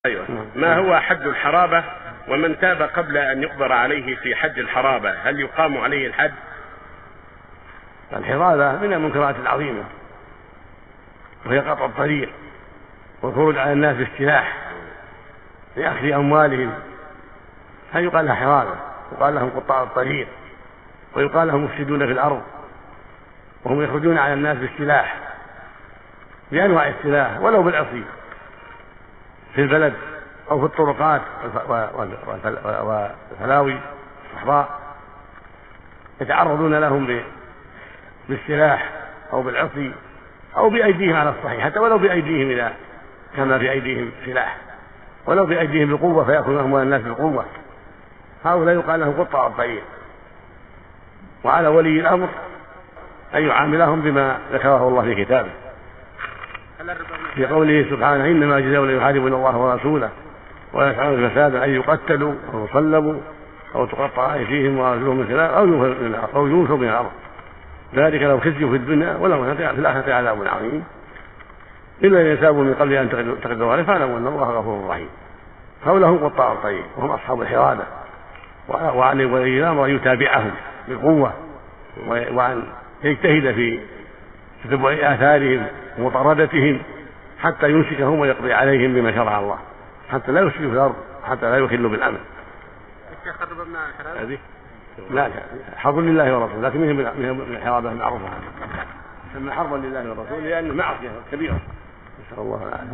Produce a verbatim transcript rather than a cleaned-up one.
أيوة. ما هو حد الحرابة؟ ومن تاب قبل أن يقدر عليه في حد الحرابة هل يقام عليه الحد؟ الحرابة من المنكرات العظيمة، وهي قطع الطريق والخروج على الناس بالسلاح لأخذ أموالهم، هل يقال لها حرابة؟ يقال لهم قطاع الطريق، ويقال لهم مفسدون في الأرض، وهم يخرجون على الناس بالسلاح بأنواع السلاح ولو بالعصي في البلد أو في الطرقات والفلاوي الصحراء، يتعرضون لهم بالسلاح أو بالعصي أو بأيديهم على الصحيح، حتى ولو بأيديهم إذا كان في أيديهم سلاح، ولو بأيديهم بالقوة فيأكلون أموال الناس بالقوة. هؤلاء يقال لهم قطاع الطريق، وعلى ولي الأمر أن يعاملهم بما ذكره الله في كتابه في قوله سبحانه: إنما جزاء الذين يحاربون الله ورسوله ويسعون في الفساد أن يقتلوا أو يصلبوا أو تقطع أيديهم وأرجلهم من خلاف أو ينفوا من الأرض، ذلك لو خزيوا في الدنيا ولهم في الآخرة عذاب عظيم، إلا إن تابوا من قبل أن تقدروا عليه فاعلموا أن الله غفور رحيم. هؤلاء قطاع الطريق وهم أصحاب الحرابة، وعلى ولي الأمر أن يتابعهم بالقوة وأن يجتهد في تتبع آثارهم ومطاردتهم حتى يمسكهم ويقضي عليهم بما شرع الله، حتى لا يفسدوا في الأرض، حتى لا يخلوا بالأمن. هذه لا حرب لله ورسوله، لكن من الحرابة المعروفة، ثم حربا لله ورسوله لأنه معصية كبيرة، نسأل الله العافية.